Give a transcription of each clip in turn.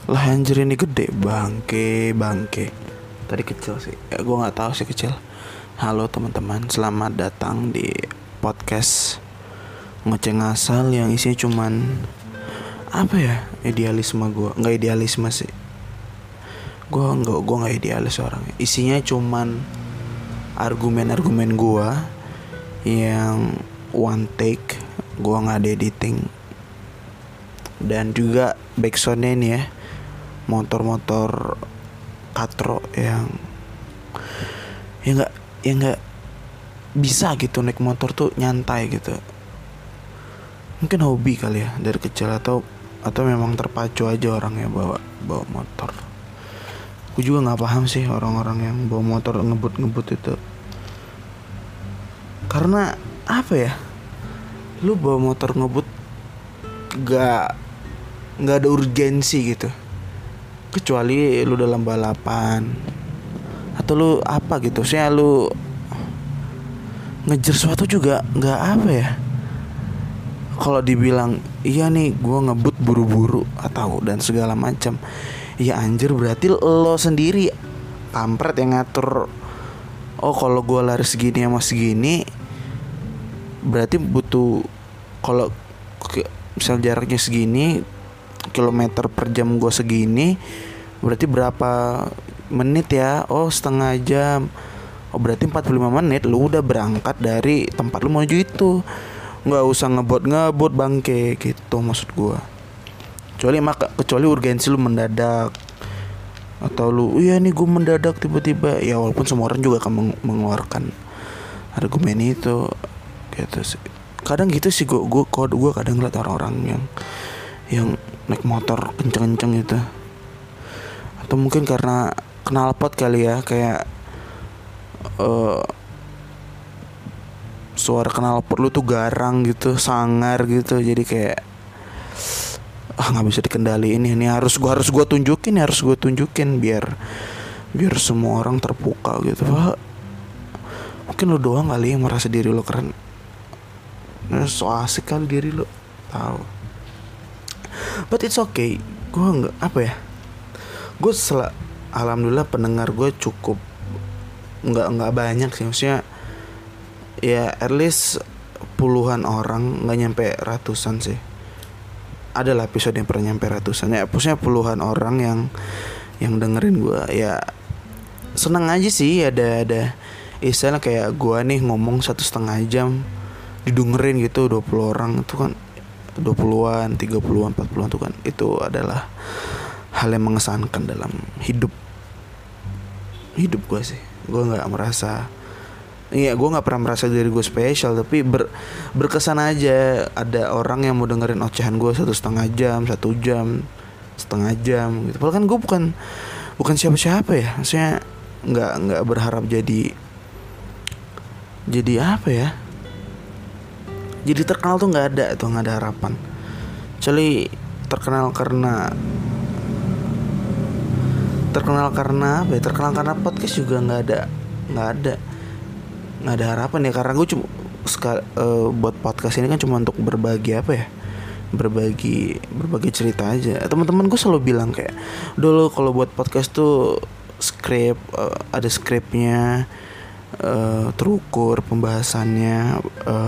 Lah anjir ini gede, bangke. Tadi kecil sih, ya gue nggak tahu sih kecil. Halo teman-teman, selamat datang di podcast ngoceh ngasal yang isinya cuman apa ya, idealisme gue. Nggak idealisme sih, gue nggak idealis orangnya. Isinya cuman argumen-argumen gue yang one take, gue nggak ada editing. Dan juga backsoundnya ini ya, motor-motor katro yang nggak bisa gitu naik motor tuh nyantai gitu. Mungkin hobi kali ya dari kecil, atau memang terpacu aja orangnya bawa motor. Gue juga nggak paham sih orang-orang yang bawa motor ngebut itu. Karena apa ya, lu bawa motor ngebut nggak ada urgensi gitu, kecuali lu dalam balapan atau lu apa gitu. Saya lu ngejar sesuatu juga nggak apa ya, kalau dibilang iya nih gue ngebut buru-buru atau dan segala macam, ya anjir berarti lo sendiri kampret yang ngatur. Oh kalau gue lari segini sama segini berarti butuh, kalau misal jaraknya segini, kilometer per jam gue segini, berarti berapa menit ya? Oh setengah jam. Oh berarti 45 menit lu udah berangkat dari tempat lu menuju itu. Nggak usah ngebut bangke gitu maksud gue. Kecuali urgensi lu mendadak, atau lu iya nih gue mendadak tiba-tiba. Ya walaupun semua orang juga akan mengeluarkan argumen itu gitu sih. Kadang gitu sih gue kadang ngeliat orang-orang yang naik motor kenceng-kenceng gitu. Atau mungkin karena knalpot kali ya, kayak suara knalpot lu tuh garang gitu, sangar gitu. Jadi kayak nggak bisa dikendaliin. Ini harus gue tunjukin biar semua orang terpukau gitu. Mungkin lu doang kali yang merasa diri lu keren. So asik kali diri lu, tahu. But it's okay. Gue nggak apa ya. Gue alhamdulillah pendengar gue cukup nggak banyak sih, maksudnya ya at least puluhan orang, nggak nyampe ratusan sih. Ada lah episode yang pernah nyampe ratusan ya, maksudnya puluhan orang yang dengerin gue. Ya seneng aja sih, ada istilah kayak gue nih ngomong 1,5 jam didengerin gitu 20 orang. Itu kan 20-an, 30-an, 40-an tuh kan, itu adalah hal yang mengesankan dalam hidup gue sih. Gue nggak pernah merasa diri gue spesial, tapi berkesan aja ada orang yang mau dengerin ocehan gue 1,5 jam, 1 jam, setengah jam gitu. Padahal kan gue bukan siapa-siapa ya, maksudnya nggak berharap jadi apa ya, jadi terkenal tuh nggak ada harapan. Kecuali terkenal karena apa ya? Terkenal karena podcast juga nggak ada harapan ya. Karena gue cuma buat podcast ini kan cuma untuk berbagi apa ya, berbagi cerita aja. Teman-teman gue selalu bilang kayak, dulu kalau buat podcast tuh ada skripnya, terukur pembahasannya,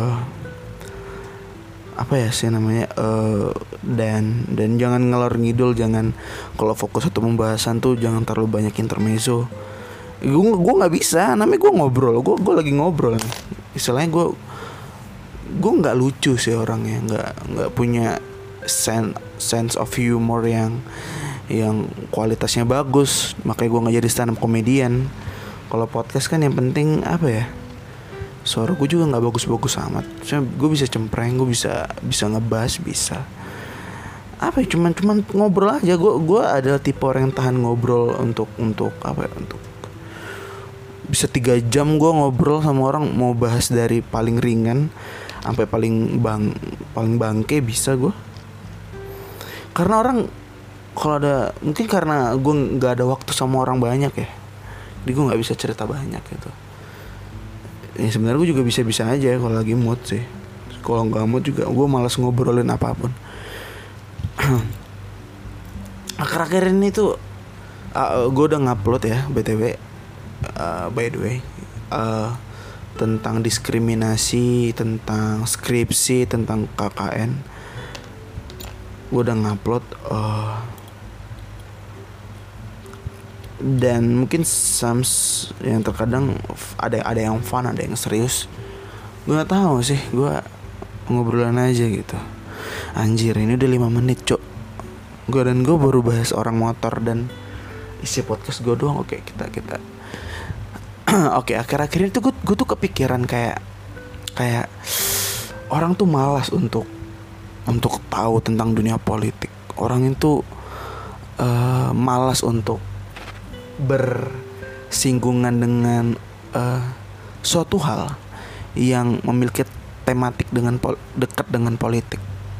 apa ya sih namanya, dan jangan ngelor ngidul. Jangan, kalau fokus satu pembahasan tuh jangan terlalu banyak intermezzo. Gue nggak bisa, namanya gue ngobrol, gue lagi ngobrol. Istilahnya gue nggak lucu sih orangnya, nggak punya sense of humor yang kualitasnya bagus. Makanya gue nggak jadi stand up comedian. Kalau podcast kan yang penting apa ya, suara gue juga nggak bagus-bagus amat. Soalnya gue bisa cempreng, gue bisa ngebas, bisa apa ya, cuman ngobrol aja. Gue adalah tipe orang yang tahan ngobrol untuk apa ya, untuk bisa 3 jam gue ngobrol sama orang, mau bahas dari paling ringan sampai paling bangke bisa gue. Karena orang kalau ada, mungkin karena gue nggak ada waktu sama orang banyak ya, jadi gue nggak bisa cerita banyak gitu. Ya sebenarnya gue juga bisa aja kalau lagi mood sih. Kalau nggak mood juga gue malas ngobrolin apapun. akhir-akhir ini tuh gue udah ngupload ya btw, by the way, tentang diskriminasi, tentang skripsi, tentang KKN. Gue udah ngupload, dan mungkin yang terkadang ada yang fun, ada yang serius. Gue nggak tahu sih, gue ngobrolan aja gitu. Anjir, ini udah 5 menit cok. Gue baru bahas orang motor dan isi podcast gue doang. Oke, kita Oke, akhir-akhir itu gue tuh kepikiran kayak orang tuh malas untuk tahu tentang dunia politik. Orang itu malas untuk bersinggungan dengan suatu hal yang memiliki tematik dekat dengan politik.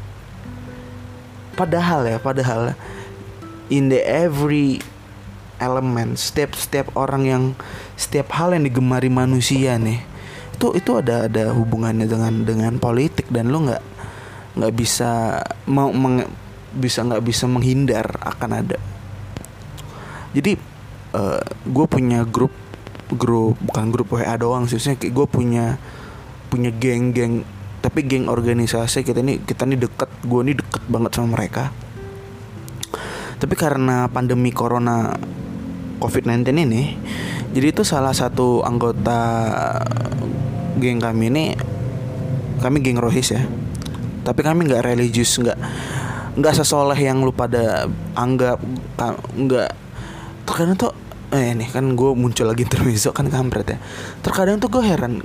Padahal in the every element, setiap orang yang, setiap hal yang digemari manusia nih, itu ada hubungannya dengan politik, dan lo nggak bisa menghindar akan ada. Jadi gue punya grup bukan grup WA doang sih, gue punya geng, tapi geng organisasi. Kita nih deket, gue nih deket banget sama mereka. Tapi karena pandemi corona COVID-19 ini, jadi itu salah satu anggota geng kami ini, kami geng Rohis ya, tapi kami nggak religius, nggak sesoleh yang lu pada anggap, nggak. Terkadang tuh ini kan gue muncul lagi intermezzo kan, kampret ya. Terkadang tuh gue heran,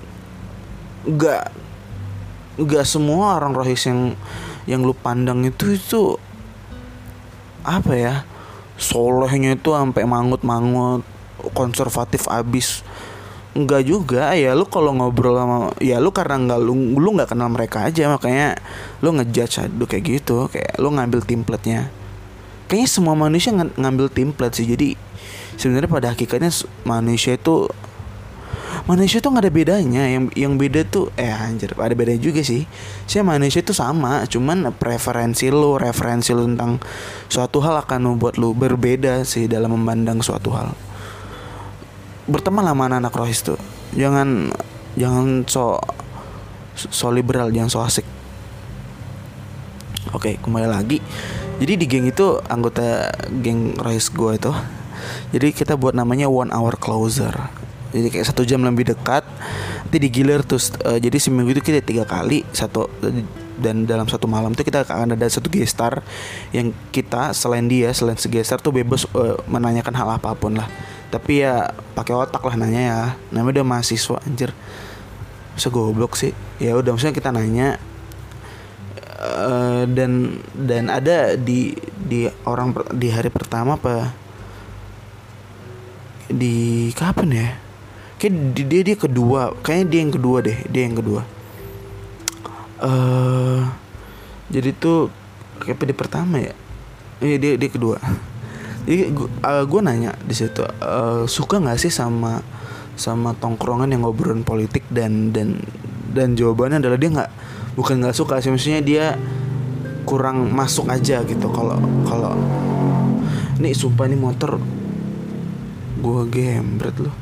nggak semua orang Rohis yang lu pandang itu apa ya, solehnya itu sampai mangut-mangut, konservatif abis. Enggak juga ya. Lu kalau ngobrol sama, ya lu karena lu nggak kenal mereka aja, makanya lu ngejudge aduh kayak gitu, kayak lu ngambil template-nya. Kayaknya semua manusia ngambil template sih. Jadi sebenarnya pada hakikatnya manusia itu nggak ada bedanya. Yang beda tuh anjir, ada bedanya juga sih. Manusia itu sama, cuman referensi lu tentang suatu hal akan membuat lu berbeda sih dalam memandang suatu hal. Berteman sama anak-anak Rohis tuh jangan so liberal, jangan so asik. Oke, kembali lagi. Jadi di geng itu, anggota geng Rohis gue itu, jadi kita buat namanya 1 hour closer. Jadi kayak 1 jam lebih dekat, nanti digilir terus. Jadi seminggu itu kita 3 kali, dan dalam satu malam itu kita akan ada satu gestar yang kita selain si gestar tuh bebas menanyakan hal apapun lah. Tapi ya pakai otak lah nanya ya. Namanya udah mahasiswa, anjir. Masa goblok sih. Ya udah, maksudnya kita nanya. Dan ada di hari pertama apa di kapan ya? Kayak dia kedua. Kayaknya dia yang kedua. Jadi tuh kayak di pertama ya. Dia kedua. Jadi gue nanya di situ, suka nggak sih sama tongkrongan yang ngobrolin politik, dan jawabannya adalah dia bukan nggak suka sih, maksudnya dia kurang masuk aja gitu. Kalau ini sumpah, ini motor gue gembret loh.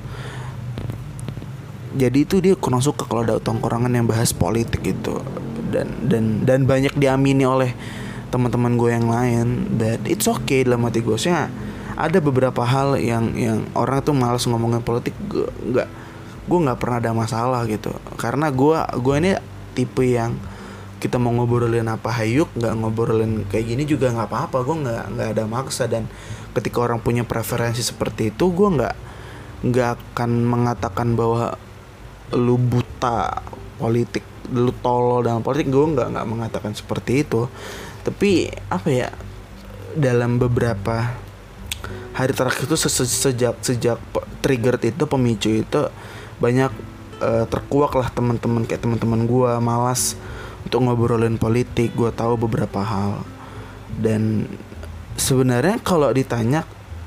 Jadi itu dia kurang suka kalau ada tongkrongan yang bahas politik gitu, dan banyak diamini oleh teman-teman gue yang lain. That it's okay dalam hati gue. Soalnya ada beberapa hal yang orang tuh malas ngomongin politik. Gue nggak pernah ada masalah gitu, karena gue ini tipe yang kita mau ngobrolin apa hayuk, nggak ngobrolin kayak gini juga nggak apa-apa. Gue nggak ada maksa, dan ketika orang punya preferensi seperti itu, gue nggak akan mengatakan bahwa lu buta politik, lu tolol dalam politik. Gue nggak mengatakan seperti itu. Tapi apa ya, dalam beberapa hari terakhir itu sejak trigger itu, pemicu itu, banyak terkuak lah teman-teman gue malas untuk ngobrolin politik. Gue tahu beberapa hal, dan sebenarnya kalau ditanya,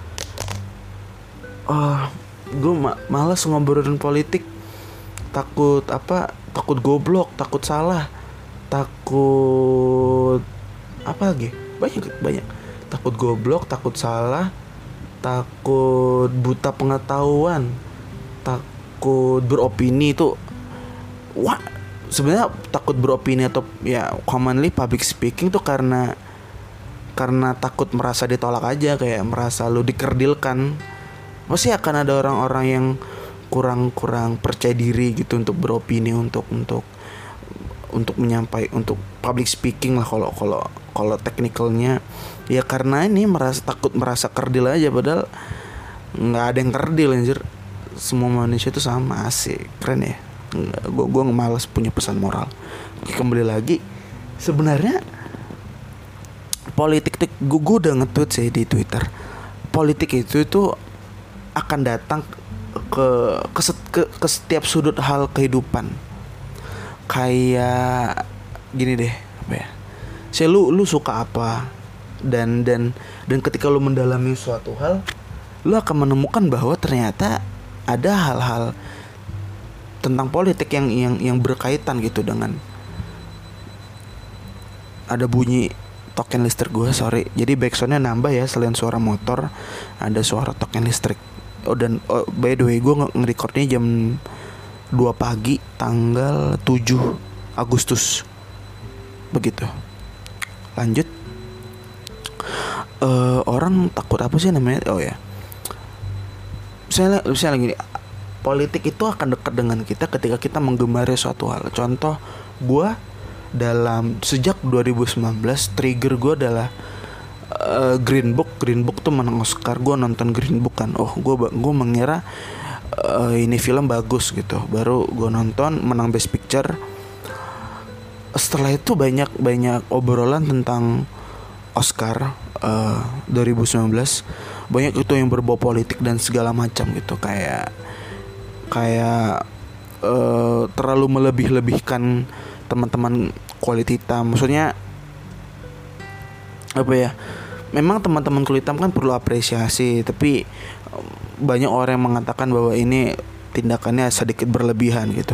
gue malas ngobrolin politik. Takut goblok, takut salah, takut apa lagi, banyak. takut goblok, takut salah, takut buta pengetahuan, takut beropini. Itu wah, sebenarnya takut beropini atau ya commonly public speaking tuh karena takut merasa ditolak aja, kayak merasa lu dikerdilkan. Pasti akan ada orang-orang yang kurang percaya diri gitu untuk beropini, untuk menyampaikan, untuk public speaking lah kalau teknikalnya. Ya karena ini takut merasa kerdil aja, padahal nggak ada yang kerdil anjir. Semua manusia itu sama. Asik, keren ya. Gue malas punya pesan moral. Kembali lagi, sebenarnya politik tuh, gue udah nge-tweet sih di Twitter. Politik itu akan datang ke setiap sudut hal kehidupan. Kayak gini deh, apa ya? Lu suka apa? Dan ketika lu mendalami suatu hal, lu akan menemukan bahwa ternyata ada hal-hal tentang politik yang berkaitan gitu dengan. Ada bunyi token listrik gue, sorry. Jadi backsoundnya nambah ya, selain suara motor ada suara token listrik. Dan by the way, gue nge-recordnya jam 2 pagi tanggal 7 Agustus. Begitu. Lanjut. Orang takut apa sih namanya? Oh ya, misalnya gini, politik itu akan dekat dengan kita ketika kita menggemari suatu hal. Contoh, gue sejak 2019 trigger gue adalah Green Book tuh menang Oscar. Gue nonton Green Book kan, gue mengira ini film bagus gitu, baru gue nonton, menang Best Picture. Setelah itu banyak obrolan tentang Oscar 2019, banyak itu yang berbau politik dan segala macam gitu, kayak terlalu melebih-lebihkan teman-teman kulit hitam. Maksudnya apa ya, memang teman-teman kulit hitam kan perlu apresiasi, tapi banyak orang yang mengatakan bahwa ini tindakannya sedikit berlebihan gitu.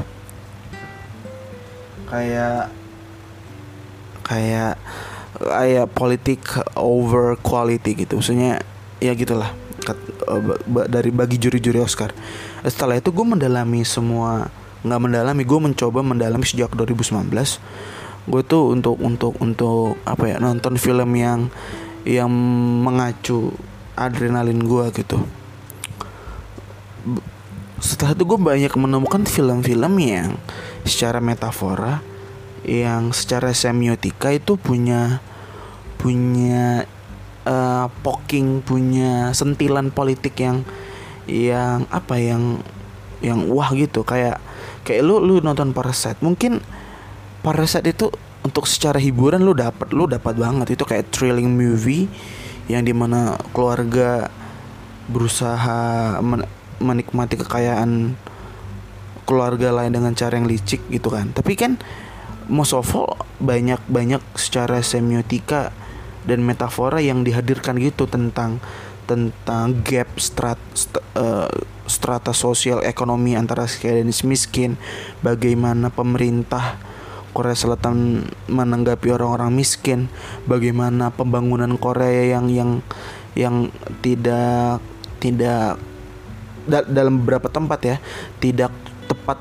Kayak politik over quality gitu. Maksudnya ya gitulah dari bagi juri-juri Oscar. Setelah itu gue mendalami semua, gue mencoba mendalami sejak 2019. Gue tuh untuk apa ya, nonton film yang mengacu adrenalin gue gitu. Setelah itu gue banyak menemukan film-film yang secara metafora, yang secara semiotika itu punya poking, punya sentilan politik yang apa, yang wah gitu. Kayak lu nonton Parasite. Mungkin Parasite itu untuk secara hiburan lu dapat banget. Itu kayak thrilling movie yang dimana keluarga berusaha menikmati kekayaan keluarga lain dengan cara yang licik gitu kan. Tapi kan most of all banyak secara semiotika dan metafora yang dihadirkan gitu tentang gap strata sosial ekonomi antara kaya dan miskin, bagaimana pemerintah Korea Selatan menanggapi orang-orang miskin, bagaimana pembangunan Korea yang tidak dalam beberapa tempat ya tidak tepat,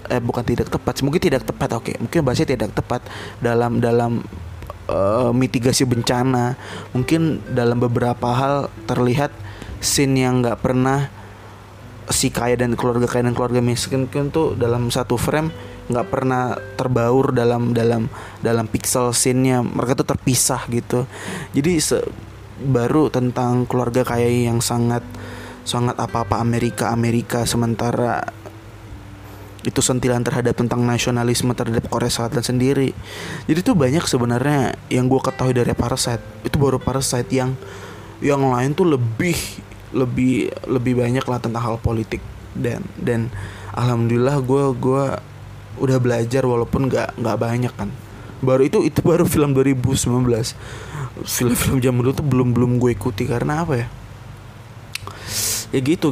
mungkin bahasanya tidak tepat dalam mitigasi bencana. Mungkin dalam beberapa hal terlihat scene yang nggak pernah si kaya dan keluarga miskin kan tuh dalam satu frame nggak pernah terbaur dalam pixel scene-nya. Mereka tuh terpisah gitu. Jadi baru tentang keluarga kaya yang sangat apa-apa Amerika, sementara itu sentilan terhadap tentang nasionalisme terhadap Korea Selatan sendiri. Jadi tuh banyak sebenarnya yang gue ketahui dari Parasite. Itu baru Parasite, yang lain tuh lebih banyak lah tentang hal politik. Dan alhamdulillah gue udah belajar walaupun nggak banyak kan. Itu baru film 2019. Film-film zaman dulu tuh belum gue ikuti karena apa ya? Ya gitu.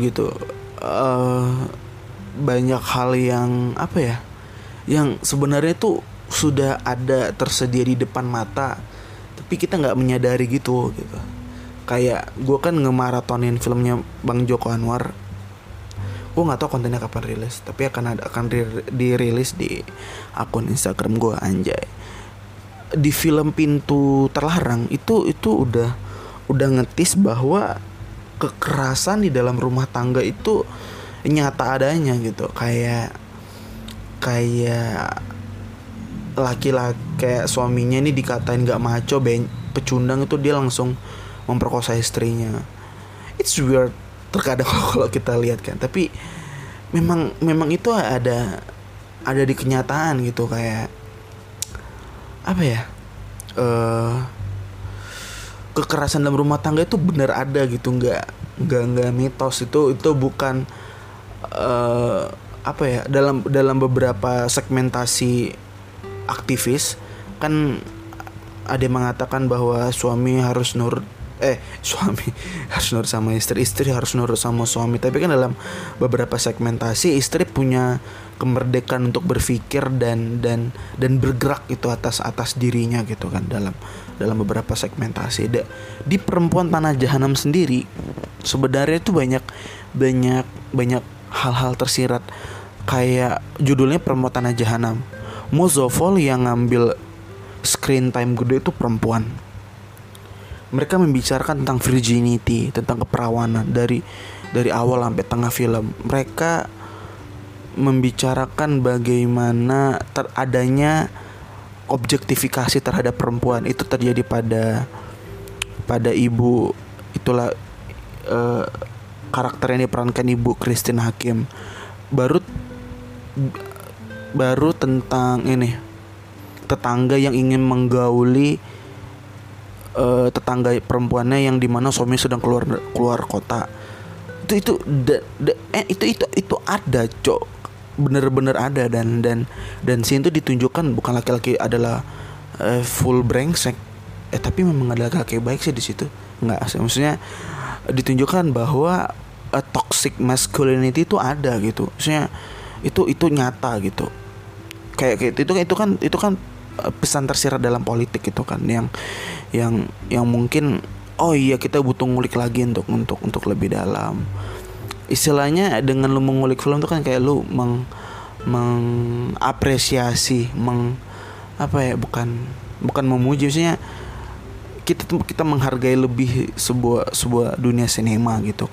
Banyak hal yang apa ya, yang sebenarnya tuh sudah ada tersedia di depan mata, tapi kita nggak menyadari gitu. Kayak gue kan ngemaratonin filmnya Bang Joko Anwar. Gue nggak tahu kontennya kapan rilis, tapi akan dirilis di akun Instagram gue, anjay. Di film Pintu Terlarang itu udah ngetis bahwa kekerasan di dalam rumah tangga itu nyata adanya gitu. Kayak laki-laki, kayak suaminya ini dikatain nggak maco, pecundang, itu dia langsung memperkosa istrinya. It's weird terkadang kalau kita lihat kan, tapi memang itu ada di kenyataan gitu. Kayak apa ya, kekerasan dalam rumah tangga itu benar ada gitu, nggak mitos. Itu bukan apa ya, dalam beberapa segmentasi aktivis kan ada yang mengatakan bahwa suami harus nurut sama istri harus nurut sama suami. Tapi kan dalam beberapa segmentasi istri punya kemerdekaan untuk berpikir dan bergerak itu atas dirinya gitu kan, dalam beberapa segmentasi. Di Perempuan Tanah Jahanam sendiri sebenarnya itu banyak hal-hal tersirat. Kayak judulnya Perempuan Tanah Jahanam, most of all yang ngambil screen time gede itu perempuan. Mereka membicarakan tentang virginity, tentang keperawanan dari awal sampai tengah film. Mereka membicarakan bagaimana adanya objektifikasi terhadap perempuan itu terjadi pada ibu itulah, karakter yang diperankan Ibu Christine Hakim. Baru tentang ini, tetangga yang ingin menggauli tetangga perempuannya yang dimana suami sedang keluar kota. Itu ada, cok, bener-bener ada. Dan scene itu ditunjukkan bukan laki-laki adalah full brengsek, tapi memang ada laki-laki baik sih di situ. Enggak, maksudnya ditunjukkan bahwa toxic masculinity itu ada gitu. Maksudnya itu nyata gitu. Kayak itu kan pesan tersirat dalam politik itu kan, yang mungkin kita butuh ngulik lagi untuk lebih dalam. Istilahnya dengan lu mengulik film itu kan kayak lu mengapresiasi, bukan memuji, maksudnya kita menghargai lebih sebuah dunia sinema gitu.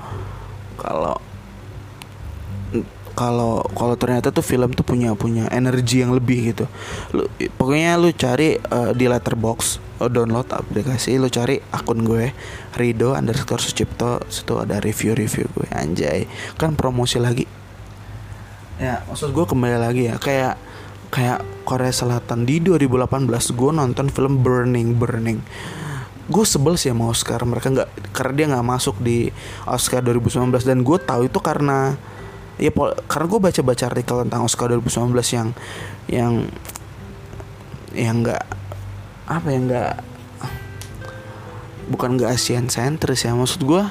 Kalau ternyata tuh film tuh punya energi yang lebih gitu. Pokoknya lu cari di Letterboxd, download aplikasi, lu cari akun gue Rido_Sucipto, situ ada review gue, anjay. Kan promosi lagi. Ya, maksud gue kembali lagi ya, kayak Korea Selatan di 2018 gue nonton film Burning. Gue sebel sih sama Oscar, karena dia nggak masuk di Oscar 2019. Dan gue tahu itu karena gue baca artikel tentang Oscar 2019 yang bukan nggak Asian centris ya. Maksud gue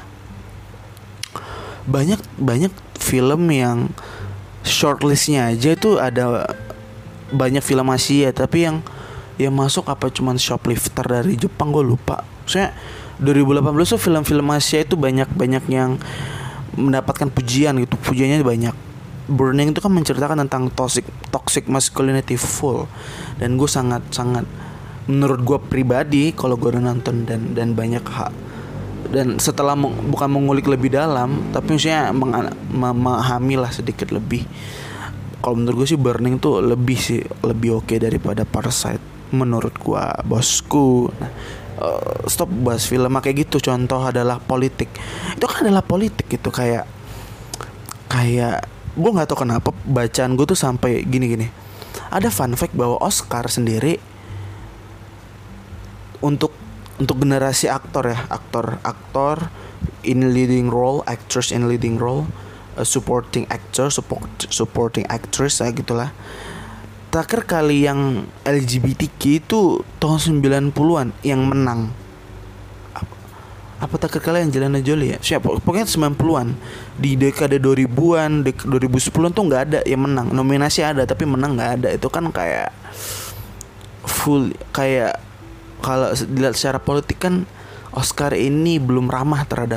banyak film yang shortlistnya aja itu ada banyak film Asia, tapi yang masuk apa cuman Shoplifter dari Jepang, gue lupa. Maksudnya 2018 tuh film-film Asia itu banyak yang mendapatkan pujian gitu, pujiannya banyak. Burning itu kan menceritakan tentang toxic masculinity full, dan gue sangat menurut gue pribadi kalau gue udah nonton dan banyak hak, dan setelah bukan mengulik lebih dalam, tapi maksudnya memahami lah sedikit lebih. Kalau menurut gue sih Burning tuh lebih oke daripada Parasite menurut gue, bosku. Stop bahas film kayak gitu. Contoh adalah politik. Itu kan adalah politik gitu. Kayak gue nggak tahu kenapa bacaan gue tuh sampai gini. Ada fun fact bahwa Oscar sendiri untuk generasi aktor in leading role, actors in leading role, supporting actor, supporting actress ya gitulah. Terakhir kali yang LGBTQ itu tahun 90-an yang menang. Apa terakhir kali Angelina Jolie ya? Siapa? Pokoknya 90-an. Di dekade 2000-an, 2010-an tuh gak ada yang menang. Nominasi ada tapi menang gak ada. Itu kan kayak full, kayak kalau dilihat secara politik kan Oscar ini belum ramah terhadap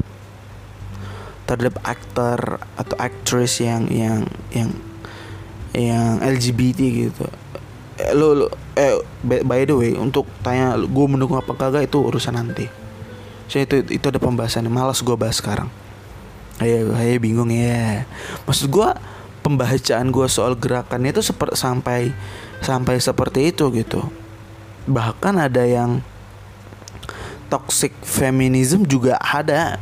aktor atau aktris yang LGBT gitu. By the way, untuk tanya gue mendukung apa kagak itu urusan nanti. Saya itu ada pembahasannya, malas gue bahas sekarang. Ayo bingung ya. Maksud gue, pembacaan gue soal gerakannya itu sampai seperti itu gitu. Bahkan ada yang toxic feminism juga ada.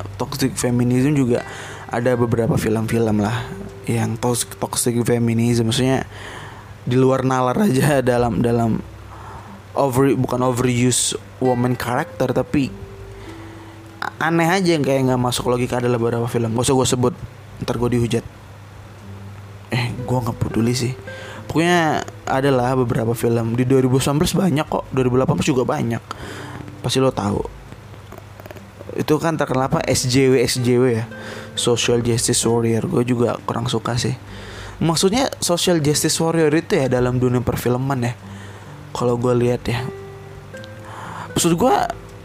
Ada beberapa film-film lah yang toxic feminism, maksudnya di luar nalar aja dalam bukan overuse woman karakter, tapi aneh aja yang kayak nggak masuk logika. Adalah beberapa film, gak usah gue sebut, ntar gue dihujat. Gue nggak peduli sih. Pokoknya adalah beberapa film di 2019 banyak kok, 2018 juga banyak. Pasti lo tahu. Itu kan terkenal apa, SJW ya, Social Justice Warrior. Gue juga kurang suka sih. Maksudnya Social Justice Warrior itu ya dalam dunia perfilman ya, kalau gue lihat ya. Maksud gue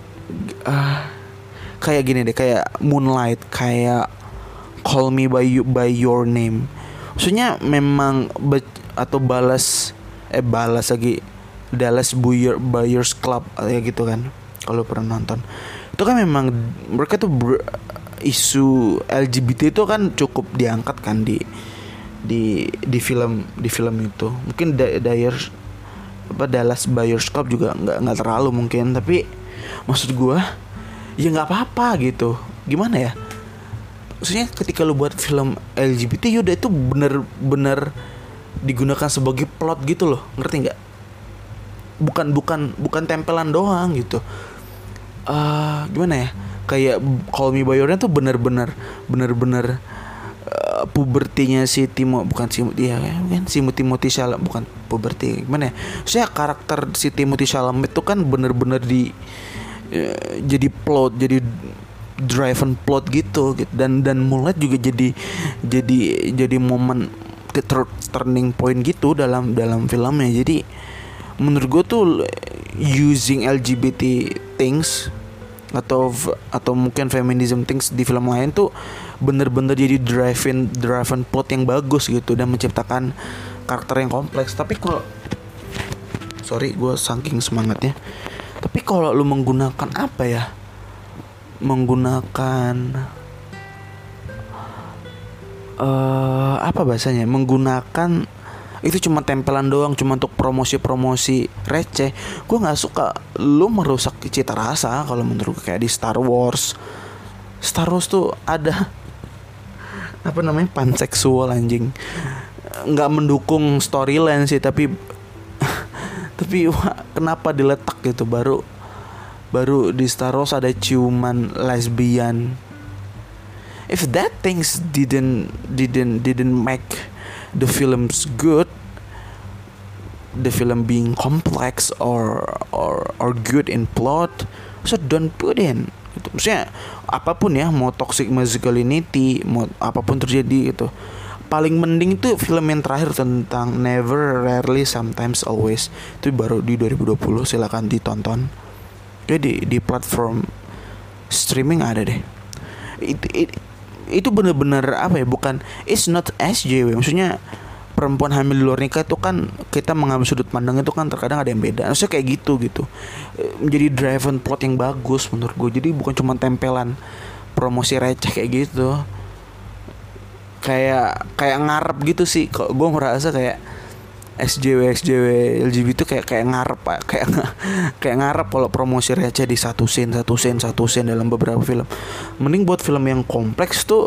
kayak gini deh, kayak Moonlight, kayak Call Me by Your Name. Maksudnya memang balas lagi Dallas Buyers Club kayak gitu kan, kalau pernah nonton. Itu kan memang mereka tuh isu LGBT itu kan cukup diangkat kan di film itu. Mungkin Dallas Buyers Club juga nggak terlalu mungkin, tapi maksud gue ya nggak apa-apa gitu. Gimana ya, maksudnya ketika lu buat film LGBT, yaudah itu bener-bener digunakan sebagai plot gitu loh, ngerti nggak? Bukan tempelan doang gitu. Gimana ya, kayak Call Me by Your Name tuh bener-bener pubertinya si Timothy Chalamet, bukan puberti, gimana ya? Saya karakter si Timothy Chalamet itu kan bener-bener jadi plot, jadi driven plot gitu. Dan Moonlight juga jadi momen turning point gitu dalam filmnya. Jadi menurut gue tuh using LGBT things atau mungkin feminism things di film lain tuh bener-bener jadi driven plot yang bagus gitu, dan menciptakan karakter yang kompleks. Tapi kalau gue saking semangatnya, tapi kalau lu menggunakan apa bahasanya, menggunakan itu cuma tempelan doang, cuma untuk promosi receh, gue nggak suka. Lu merusak cita rasa kalau menurut gue. Kayak di Star Wars tuh ada apa namanya, panseksual anjing. Nggak mendukung storyline sih, tapi wah, kenapa diletak gitu. Baru di Star Wars ada ciuman lesbian. If that things didn't make the film's good, the film being complex or good in plot, so don't put in gitu. Maksudnya apapun ya, mau toxic masculinity, mau apapun terjadi gitu, paling mending itu film yang terakhir tentang Never, Rarely, Sometimes, Always. Itu baru di 2020, silakan ditonton. Jadi di platform streaming ada deh. Itu bener-bener apa ya, bukan, it's not SJW. Maksudnya perempuan hamil di luar nikah itu kan kita mengambil sudut pandang itu kan terkadang ada yang beda. Maksudnya kayak gitu menjadi driven plot yang bagus menurut gue. Jadi bukan cuma tempelan promosi receh kayak gitu, kayak ngarep gitu sih. Kok gue merasa kayak SJW LGBT itu kayak ngarep, kayak ngarep kalau promosi receh di satu scene dalam beberapa film. Mending buat film yang kompleks tuh,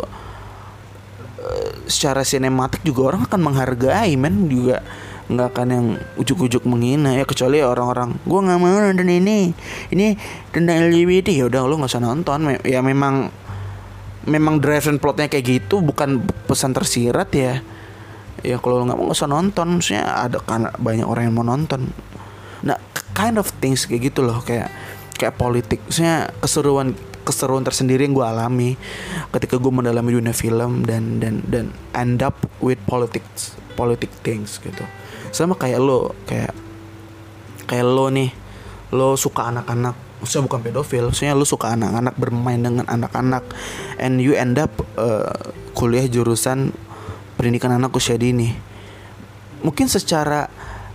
secara sinematik juga orang akan menghargai, juga nggak akan yang ujuk-ujuk menghina ya. Kecuali orang-orang, gue nggak mau nonton ini tentang LGBT, ya udah lo nggak usah nonton. Ya memang driven plotnya kayak gitu, bukan pesan tersirat ya. Ya kalau lo nggak mau, nggak usah nonton. Maksudnya ada kan banyak orang yang mau nonton. Nah, kind of things kayak gitu loh, kayak politik. Maksudnya keseruan tersendiri yang gue alami ketika gue mendalami dunia film dan end up with politic things gitu. Sama kayak lo nih, lo suka anak-anak Maksudnya bukan pedofil, maksudnya lu suka anak-anak, bermain dengan anak-anak, and you end up kuliah jurusan pendidikan anak usia dini. Mungkin secara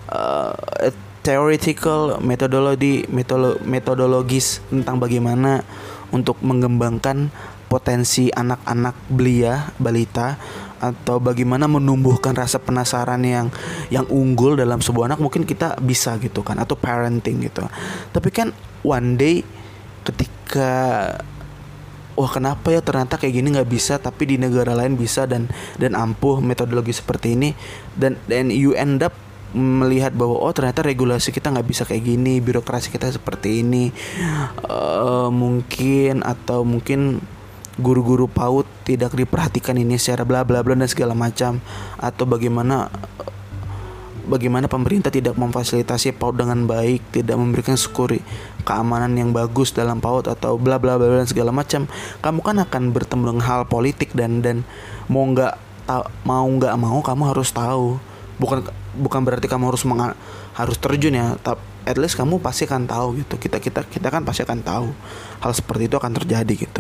theoretical metodologis tentang bagaimana untuk mengembangkan potensi anak-anak belia, balita, atau bagaimana menumbuhkan rasa penasaran yang unggul dalam sebuah anak, mungkin kita bisa gitu kan, atau parenting gitu. Tapi kan one day ketika wah kenapa ya ternyata kayak gini nggak bisa, tapi di negara lain bisa, dan ampuh metodologi seperti ini, dan you end up melihat bahwa oh ternyata regulasi kita nggak bisa kayak gini, birokrasi kita seperti ini, mungkin guru-guru PAUD tidak diperhatikan ini secara bla bla bla dan segala macam, atau bagaimana pemerintah tidak memfasilitasi PAUD dengan baik, tidak memberikan keamanan yang bagus dalam PAUD, atau bla bla bla dan segala macam. Kamu kan akan bertemu dengan hal politik, dan mau nggak mau kamu harus tahu. Bukan berarti kamu harus terjun ya, tapi at least kamu pasti akan tahu gitu. Kita kan pasti akan tahu hal seperti itu akan terjadi gitu.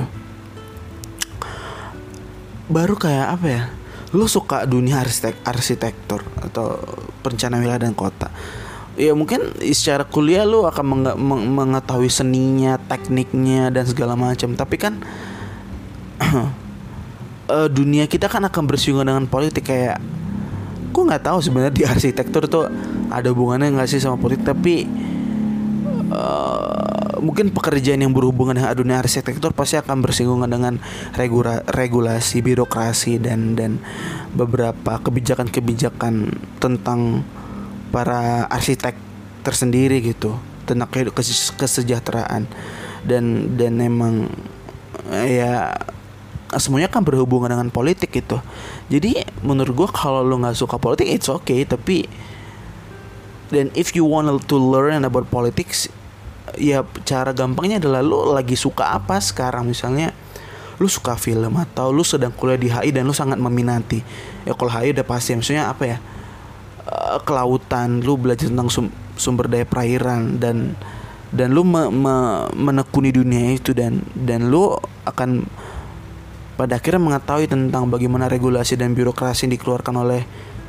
Baru kayak apa ya, lu suka dunia arsitektur atau perencanaan wilayah dan kota, ya mungkin secara kuliah lu akan mengetahui seninya, tekniknya dan segala macam. Tapi kan dunia kita kan akan bersinggungan dengan politik. Kayak gue nggak tahu sebenarnya di arsitektur tuh ada hubungannya nggak sih sama politik, tapi mungkin pekerjaan yang berhubungan dengan dunia arsitektur pasti akan bersinggungan dengan regulasi, birokrasi, dan beberapa kebijakan tentang para arsitek tersendiri gitu, tentang kesejahteraan, dan emang ya semuanya kan berhubungan dengan politik gitu. Jadi menurut gue kalau lo nggak suka politik it's okay, tapi then if you want to learn about politics, ya cara gampangnya adalah lu lagi suka apa sekarang. Misalnya lu suka film, atau lu sedang kuliah di HI dan lu sangat meminati. Ya kalau HI udah pasti, maksudnya apa ya, kelautan, lu belajar tentang sumber daya perairan, dan lu menekuni dunia itu, dan lu akan pada akhirnya mengetahui tentang bagaimana regulasi dan birokrasi yang dikeluarkan oleh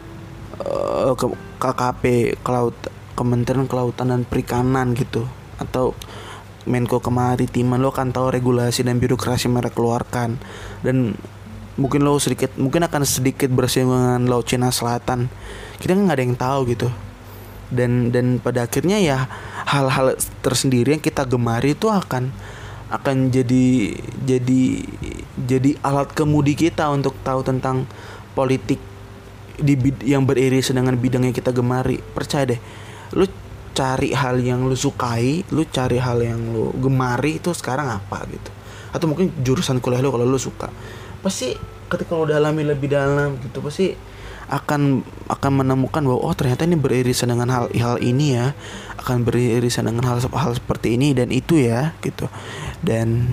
KKP, Kementerian Kelautan dan Perikanan gitu, atau Menko Kemaritiman. Lo akan tahu regulasi dan birokrasi mereka keluarkan, dan mungkin akan sedikit bersinggungan dengan Laut Cina Selatan. Kita nggak ada yang tahu gitu, dan pada akhirnya ya hal-hal tersendiri yang kita gemari itu akan jadi alat kemudi kita untuk tahu tentang politik yang beririsan dengan bidang yang kita gemari. Percaya deh, lu cari hal yang lu sukai, lu cari hal yang lu gemari itu sekarang apa gitu, atau mungkin jurusan kuliah lu kalau lu suka, pasti ketika lu dalami lebih dalam gitu, pasti akan menemukan bahwa oh ternyata ini beririsan dengan hal ini ya, akan beririsan dengan hal seperti ini dan itu ya gitu. Dan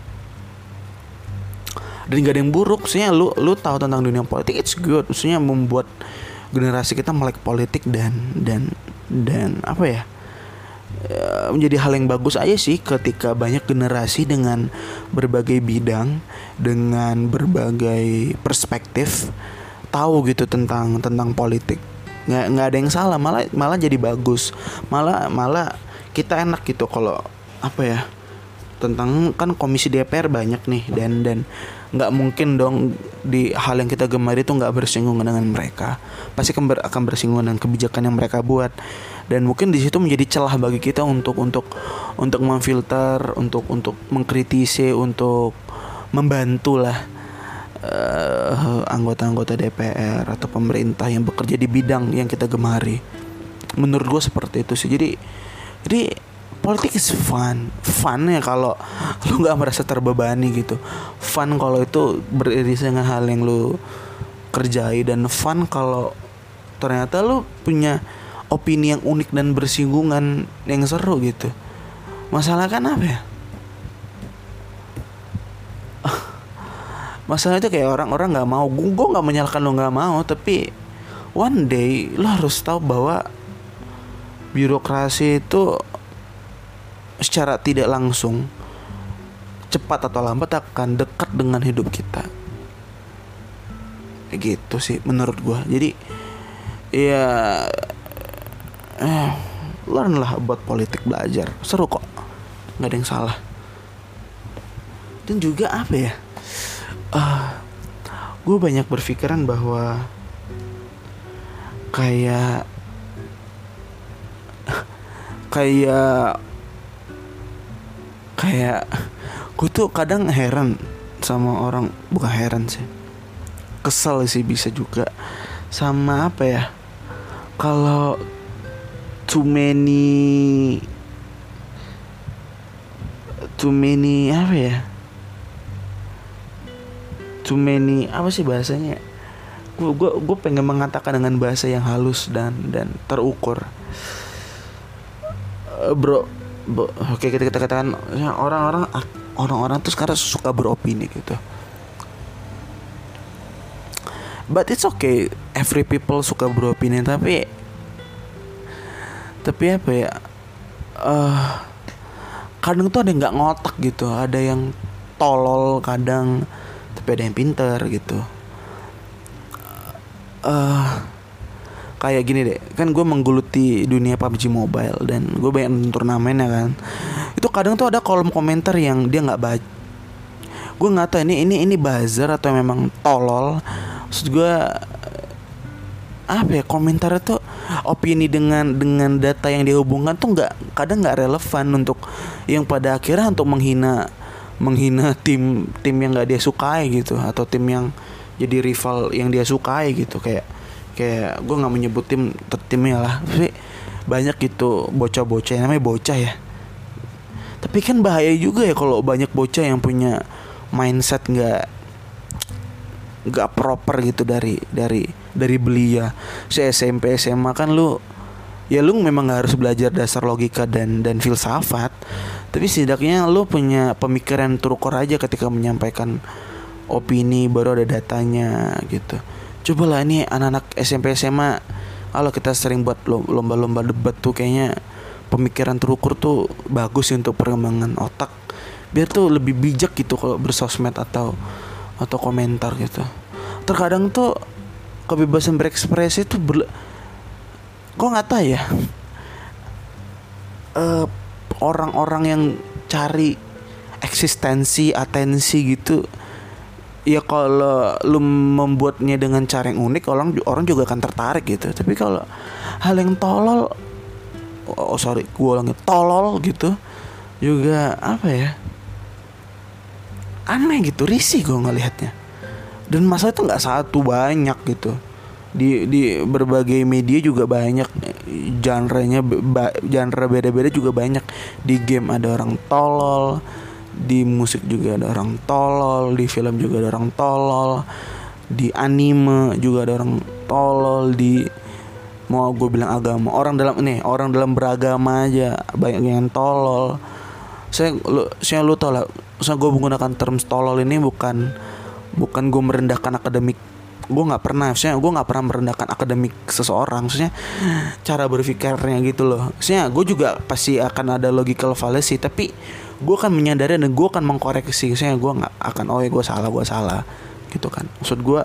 gak ada yang buruk, maksudnya lu tahu tentang dunia politik, it's good, maksudnya membuat generasi kita melek politik dan apa ya, menjadi hal yang bagus aja sih ketika banyak generasi dengan berbagai bidang, dengan berbagai perspektif tahu gitu tentang politik. Nggak ada yang salah, malah jadi bagus, malah kita enak gitu kalau apa ya, tentang kan komisi DPR banyak nih, dan nggak mungkin dong di hal yang kita gemari itu nggak bersinggungan dengan mereka, pasti akan bersinggungan dengan kebijakan yang mereka buat. Dan mungkin di situ menjadi celah bagi kita untuk memfilter, untuk mengkritisi, untuk membantu lah anggota-anggota DPR atau pemerintah yang bekerja di bidang yang kita gemari. Menurut gue seperti itu sih. Jadi politik is fun ya kalau lu nggak merasa terbebani gitu. Fun kalau itu beririsan dengan hal yang lu kerjai, dan fun kalau ternyata lu punya opini yang unik dan bersinggungan yang seru gitu. Masalah kan apa ya? Masalah itu kayak orang-orang nggak mau. Gue nggak menyalahkan lo nggak mau, tapi one day lo harus tahu bahwa birokrasi itu secara tidak langsung cepat atau lambat akan dekat dengan hidup kita. Gitu sih menurut gue. Jadi ya learn lah buat politik, belajar, seru kok, nggak ada yang salah. Dan juga apa ya, gue banyak berpikiran bahwa kayak gue tuh kadang heran sama orang, bukan heran sih, kesel sih bisa juga sama apa ya, kalau too many apa ya, too many apa sih bahasanya, gue pengen mengatakan dengan bahasa yang halus dan terukur. Bro, oke, kita katakan orang-orang tuh sekarang suka beropini gitu. But it's okay, every people suka beropini, tapi apa ya, kadang tuh ada yang nggak ngotak gitu, ada yang tolol kadang, tapi ada yang pinter gitu. Kayak gini deh, kan gue menggeluti dunia PUBG Mobile dan gue banyak nonton turnamennya kan. Itu kadang tuh ada kolom komentar yang dia nggak baca. Gue nggak tahu ini buzzer atau memang tolol. Maksud gue apa ya, komentarnya tuh opini dengan data yang dihubungkan tuh kadang nggak relevan untuk yang pada akhirnya untuk menghina tim yang nggak dia sukai gitu, atau tim yang jadi rival yang dia sukai gitu. Kayak gue nggak menyebut timnya lah, tapi banyak gitu bocah-bocah, namanya bocah ya. Tapi kan bahaya juga ya kalau banyak bocah yang punya mindset nggak proper gitu dari belia. SMP SMA kan lu memang harus belajar dasar logika dan filsafat, tapi setidaknya lu punya pemikiran terukur aja ketika menyampaikan opini, baru ada datanya gitu. Cobalah ini anak-anak SMP SMA, kalau kita sering buat lomba-lomba debat tuh, kayaknya pemikiran terukur tuh bagus untuk perkembangan otak, biar tuh lebih bijak gitu kalau bersosmed atau komentar gitu. Terkadang tuh kebebasan berekspresi tuh kok nggak tahu ya, orang-orang yang cari eksistensi, atensi gitu. Ya kalau lu membuatnya dengan cara yang unik, orang juga akan tertarik gitu. Tapi kalau hal yang tolol, tolol gitu, juga apa ya, aneh gitu, risih gue ngelihatnya. Dan masalah itu nggak satu, banyak gitu. Di berbagai media juga banyak, genre beda-beda juga banyak. Di game ada orang tolol, di musik juga ada orang tolol, di film juga ada orang tolol, di anime juga ada orang tolol, di mau gue bilang agama, orang dalam beragama aja banyak yang tolol. Saya lu tau lah, saya gue menggunakan term tolol ini bukan gue merendahkan akademik. Gue nggak pernah merendahkan akademik seseorang. Maksudnya cara berpikirnya gitu loh. Maksudnya gue juga pasti akan ada logical fallacy, tapi gue akan menyadari dan gue akan mengkoreksi. Maksudnya gue nggak akan gue salah gitu kan. Maksud gue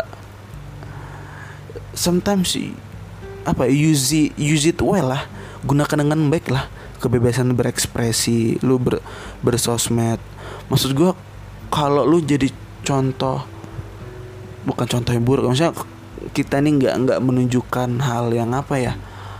sometimes use it well lah, gunakan dengan baik lah kebebasan berekspresi lu, bersosmed. Maksud gue kalau lu jadi bukan contoh yang buruk, maksudnya kita nih nggak menunjukkan hal yang apa ya,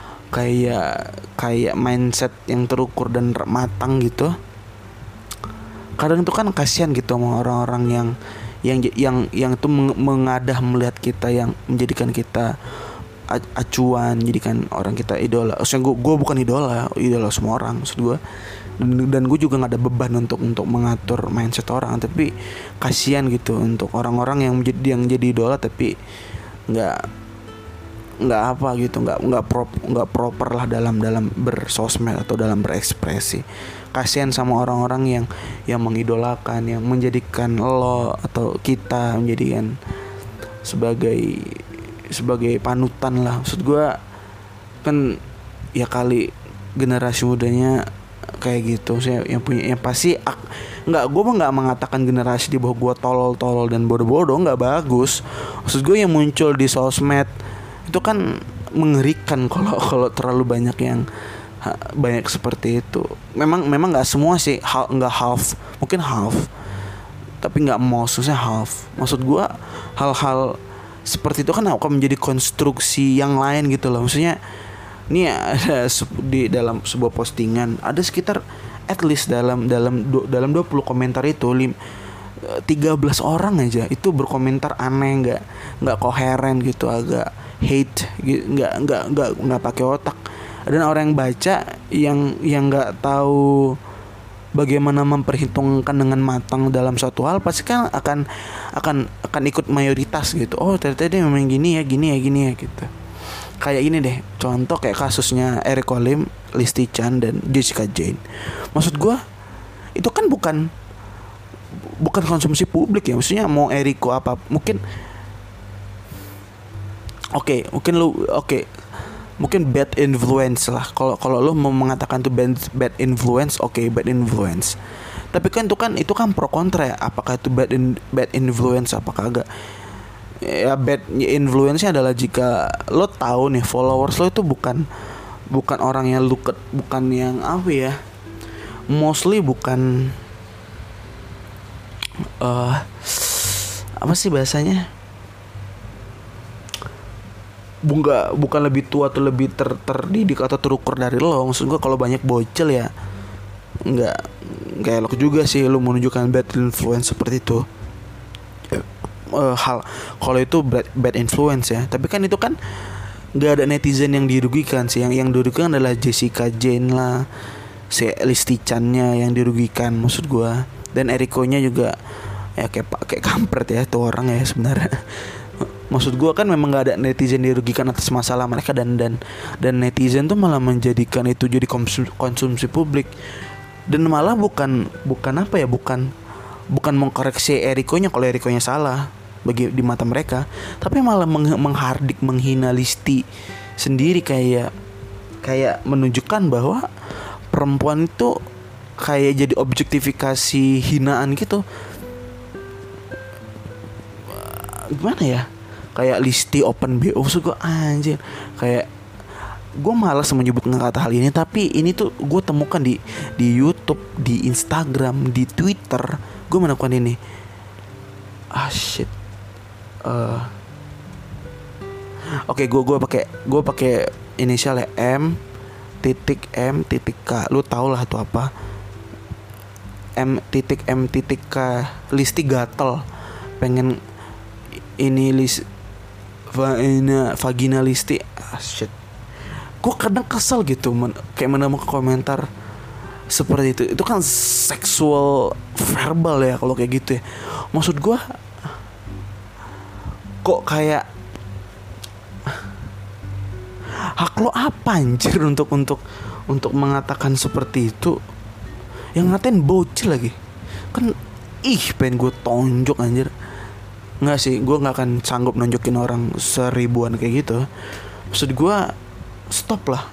kayak mindset yang terukur dan matang gitu. Kadang tuh kan kasihan gitu sama orang-orang yang itu mengadah melihat kita, yang menjadikan kita acuan, jadikan orang kita idola. Maksudnya gue bukan idola semua orang, maksud gue. Dan gue juga nggak ada beban untuk mengatur mindset orang, tapi kasihan gitu untuk orang-orang yang jadi idola tapi nggak apa gitu, nggak proper lah dalam bersosmed atau dalam berekspresi. Kasihan sama orang-orang yang mengidolakan, yang menjadikan lo atau kita menjadikan sebagai panutan lah. Maksud gue kan ya kali generasi mudanya kayak gitu. Saya yang punya yang pasti nggak, gue mah nggak mengatakan generasi di bawah gue tolol dan bodoh-bodoh, nggak bagus. Maksud gue yang muncul di sosmed itu kan mengerikan kalau terlalu banyak yang banyak seperti itu. Memang nggak semua sih, nggak half, mungkin half, tapi nggak maksudnya half. Maksud gue hal-hal seperti itu kan akan menjadi konstruksi yang lain gitu loh. Maksudnya ini ada di dalam sebuah postingan ada sekitar at least dalam 20 komentar itu 13 orang aja itu berkomentar aneh, nggak koheren gitu, agak hate gitu, nggak pakai otak. Dan orang yang baca yang nggak tahu bagaimana memperhitungkan dengan matang dalam suatu hal pasti kan akan ikut mayoritas gitu. Oh ternyata dia memang gini ya gitu. Kayak ini deh, contoh kayak kasusnya Eric Olim, Listi Chan dan Jessica Jane. Maksud gue itu kan bukan konsumsi publik ya. Maksudnya mau Eriko apa mungkin mungkin bad influence lah. Kalau lo mau mengatakan tuh bad influence, bad influence. Tapi kan itu kan pro kontra ya. Apakah itu bad influence apakah agak ya. Bad influence-nya adalah jika lo tahu nih followers lo itu bukan orang yang bukan yang apa ya, mostly bukan apa sih bahasanya, bukan lebih tua atau lebih terdidik atau terukur dari lo. Maksud gue kalau banyak bocil ya nggak elok juga sih lo menunjukkan bad influence seperti itu. Hal kalau itu bad influence ya. Tapi kan itu kan nggak ada netizen yang dirugikan sih. Yang dirugikan adalah Jessica Jane lah, si Listi Chan-nya yang dirugikan maksud gue. Dan Eriko-nya juga ya kayak kampret ya tuh orang ya sebenarnya. Maksud gue kan memang nggak ada netizen dirugikan atas masalah mereka, dan netizen tuh malah menjadikan itu jadi konsumsi publik. Dan malah bukan apa ya, bukan mengkoreksi Eriko-nya kalau Eriko-nya salah di mata mereka, tapi malah menghardik, menghina Listi sendiri, kayak menunjukkan bahwa perempuan itu kayak jadi objektifikasi, hinaan gitu. Gimana ya? Kayak Listi open BO, maksud gue anjir. Kayak gue malas menyebutkan kata hal ini, tapi ini tuh gue temukan di YouTube, di Instagram, di Twitter. Gue melakukan ini. Shit. Oke, gue pakai inisialnya M titik K. Lu tau lah itu apa? M titik K. Listi gatel pengen ini vagina Listi. Shit. Gue kadang kesel gitu kayak menemukan komentar seperti itu. Itu kan seksual verbal ya kalau kayak gitu ya. Maksud gue kok kayak hak lo apa anjir untuk mengatakan seperti itu. Yang ngatain bocil lagi kan, pengen gue tonjok anjir. Nggak sih, gue nggak akan sanggup nunjukin orang 1000-an kayak gitu. Maksud gue stop lah,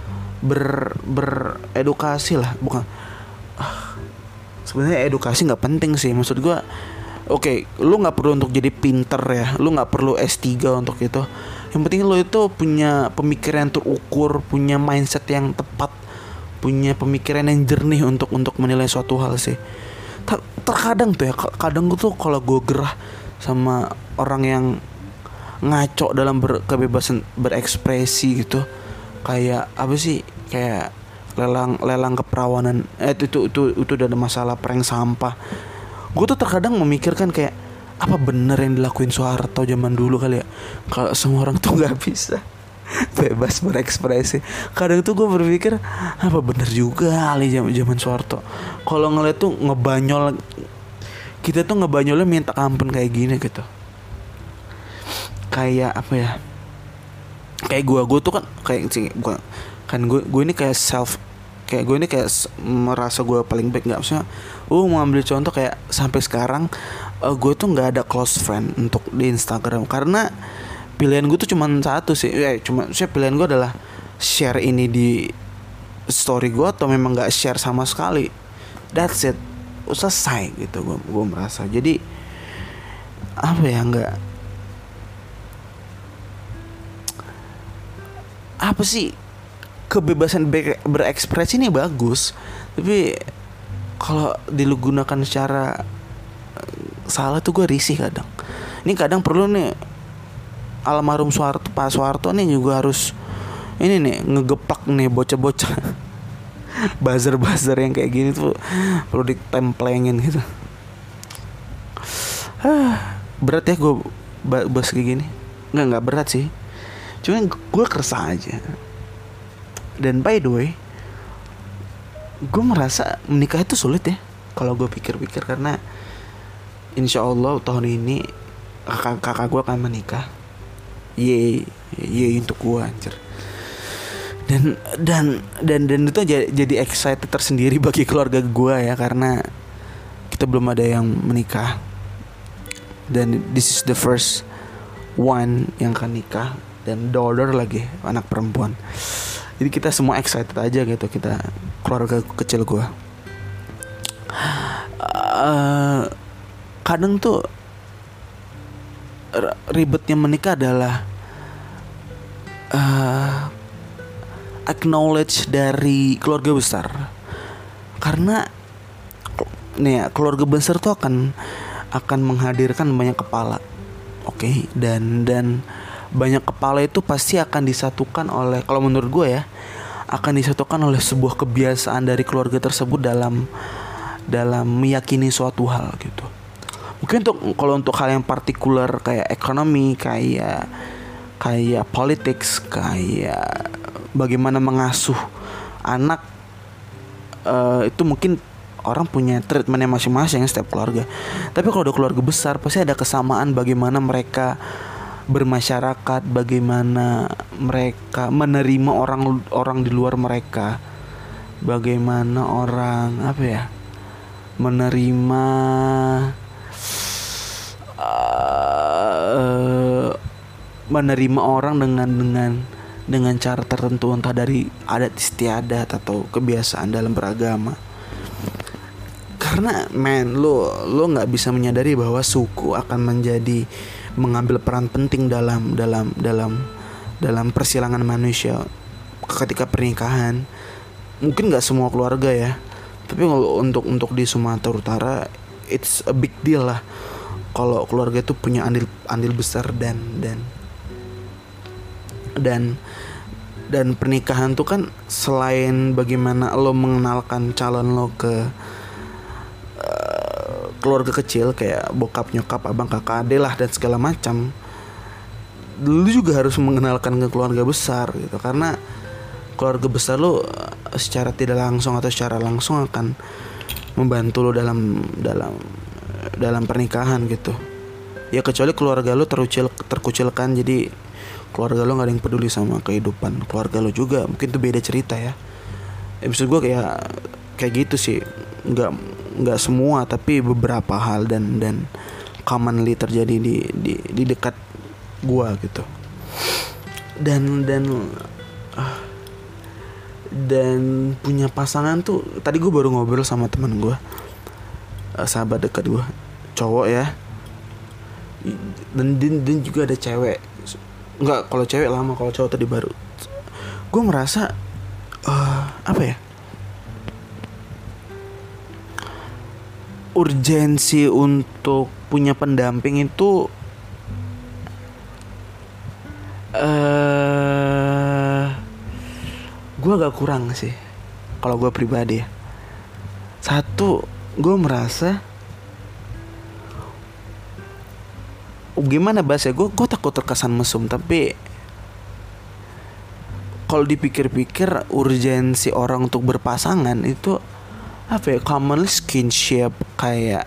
beredukasi lah. Bukan sebenarnya edukasi nggak penting sih. Maksud gue lu nggak perlu untuk jadi pinter ya, lu nggak perlu S3 untuk itu. Yang penting lu itu punya pemikiran yang terukur, punya mindset yang tepat, punya pemikiran yang jernih untuk menilai suatu hal sih. Terkadang tuh ya, kadang tuh kalau gue gerah sama orang yang ngaco dalam kebebasan berekspresi gitu. Kayak apa sih, kayak lelang keperawanan. Itu udah ada masalah prank sampah. Gue tuh terkadang memikirkan kayak apa bener yang dilakuin Soeharto zaman dulu kali ya. Kalau semua orang tuh nggak bisa bebas berekspresi. Kadang tuh gue berpikir apa bener juga kali zaman Soeharto. Kalau ngeliat tuh ngebanyol, kita tuh ngebanyolnya minta ampun kayak gini gitu. Kayak apa ya? Kayak gue tuh kan kayak bukan kan gue ini kayak gue ini kayak merasa gue paling baik, nggak maksudnya mau ambil contoh kayak sampai sekarang gue tuh nggak ada close friend untuk di Instagram karena pilihan gue tuh cuma satu sih, pilihan gue adalah share ini di story gue atau memang nggak share sama sekali. That's it, selesai gitu. Gue merasa jadi apa ya, nggak apa sih, kebebasan berekspresi ini bagus, tapi kalau digunakan secara salah tuh gue risih kadang. Ini kadang perlu nih almarhum Pak Soeharto nih juga harus ini nih ngegepak nih bocah-bocah buzzer yang kayak gini tuh perlu ditemplengin gitu. Berat ya gue bahas kayak gini. Nggak berat sih, cuma gue keresah aja. Dan by the way, gue merasa menikah itu sulit ya kalau gue pikir-pikir, karena insya Allah tahun ini kakak gue akan menikah. Ye untuk gue anjir. Dan itu jadi excited tersendiri bagi keluarga gue ya, karena kita belum ada yang menikah, dan this is the first one yang akan nikah, dan daughter lagi, anak perempuan. Jadi kita semua excited aja gitu, kita keluarga kecil gue. Kadang tuh ribetnya menikah adalah acknowledge dari keluarga besar. Karena nih ya, keluarga besar tuh akan menghadirkan banyak kepala. Oke, dan banyak kepala itu pasti akan disatukan oleh, kalau menurut gue ya, akan disatukan oleh sebuah kebiasaan dari keluarga tersebut dalam meyakini suatu hal gitu. Mungkin kalau untuk hal yang partikular kayak ekonomi, kayak politics, kayak bagaimana mengasuh anak, itu mungkin orang punya treatmentnya masing-masing setiap keluarga. Tapi kalau ada keluarga besar pasti ada kesamaan bagaimana mereka bermasyarakat, bagaimana mereka menerima orang di luar mereka, bagaimana orang menerima menerima orang dengan cara tertentu, entah dari adat istiadat atau kebiasaan dalam beragama. Karena lo nggak bisa menyadari bahwa suku akan mengambil peran penting dalam persilangan manusia ketika pernikahan. Mungkin nggak semua keluarga ya, tapi kalau untuk di Sumatera Utara it's a big deal lah kalau keluarga itu punya andil besar, dan pernikahan tuh kan selain bagaimana lo mengenalkan calon lo ke keluarga kecil kayak bokap, nyokap, abang, kakak, adek lah dan segala macam, lu juga harus mengenalkan ke keluarga besar gitu, karena keluarga besar lo secara tidak langsung atau secara langsung akan membantu lo dalam pernikahan gitu. Ya kecuali keluarga lo terkucilkan, jadi keluarga lo nggak ada yang peduli sama kehidupan keluarga lo juga, mungkin itu beda cerita ya. Maksud gue kayak gitu sih, nggak semua tapi beberapa hal dan commonly terjadi di dekat gue gitu. Dan punya pasangan tuh, tadi gue baru ngobrol sama teman gue, sahabat dekat gue, cowok ya, dan juga ada cewek. Enggak, kalau cewek lama, kalau cowok tadi baru. Gue merasa urgensi untuk punya pendamping itu gue agak kurang sih kalau gue pribadi ya. Satu, gue merasa gimana bahasa gue takut terkesan mesum, tapi kalau dipikir-pikir urgensi orang untuk berpasangan itu commonly skinship, kayak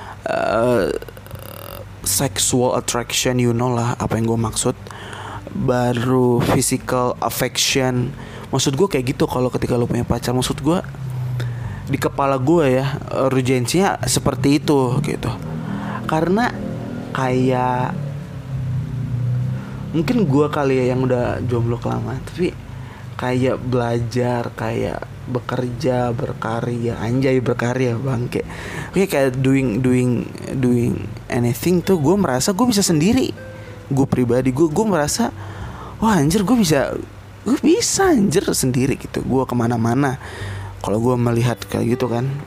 sexual attraction, you know lah apa yang gue maksud, baru physical affection. Maksud gue kayak gitu kalau ketika lo punya pacar. Maksud gue di kepala gue ya, urgensinya seperti itu gitu. Karena kayak mungkin gue kali ya yang udah jomblo kelamaan, tapi kayak belajar, kayak bekerja, berkarya, anjay berkarya bangke. Oke, kayak doing anything tuh gue merasa gue bisa sendiri. Gue pribadi gue merasa wah anjir gue bisa anjir sendiri gitu. Gue kemana-mana kalau gue melihat kayak gitu kan.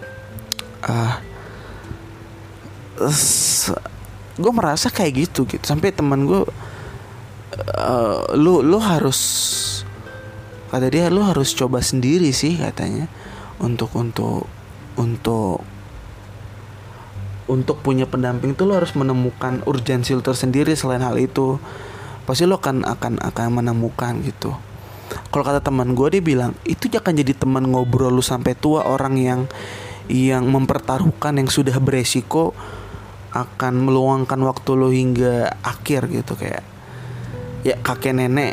Gue merasa kayak gitu sampai teman gue lu harus, kata dia lu harus coba sendiri sih katanya untuk punya pendamping tuh lu harus menemukan urgensi lu tersendiri. Selain hal itu pasti lu akan menemukan gitu. Kalau kata teman gue, dia bilang itu akan jadi teman ngobrol lu sampai tua, orang yang mempertaruhkan, yang sudah beresiko akan meluangkan waktu lu hingga akhir gitu. Kayak ya kakek nenek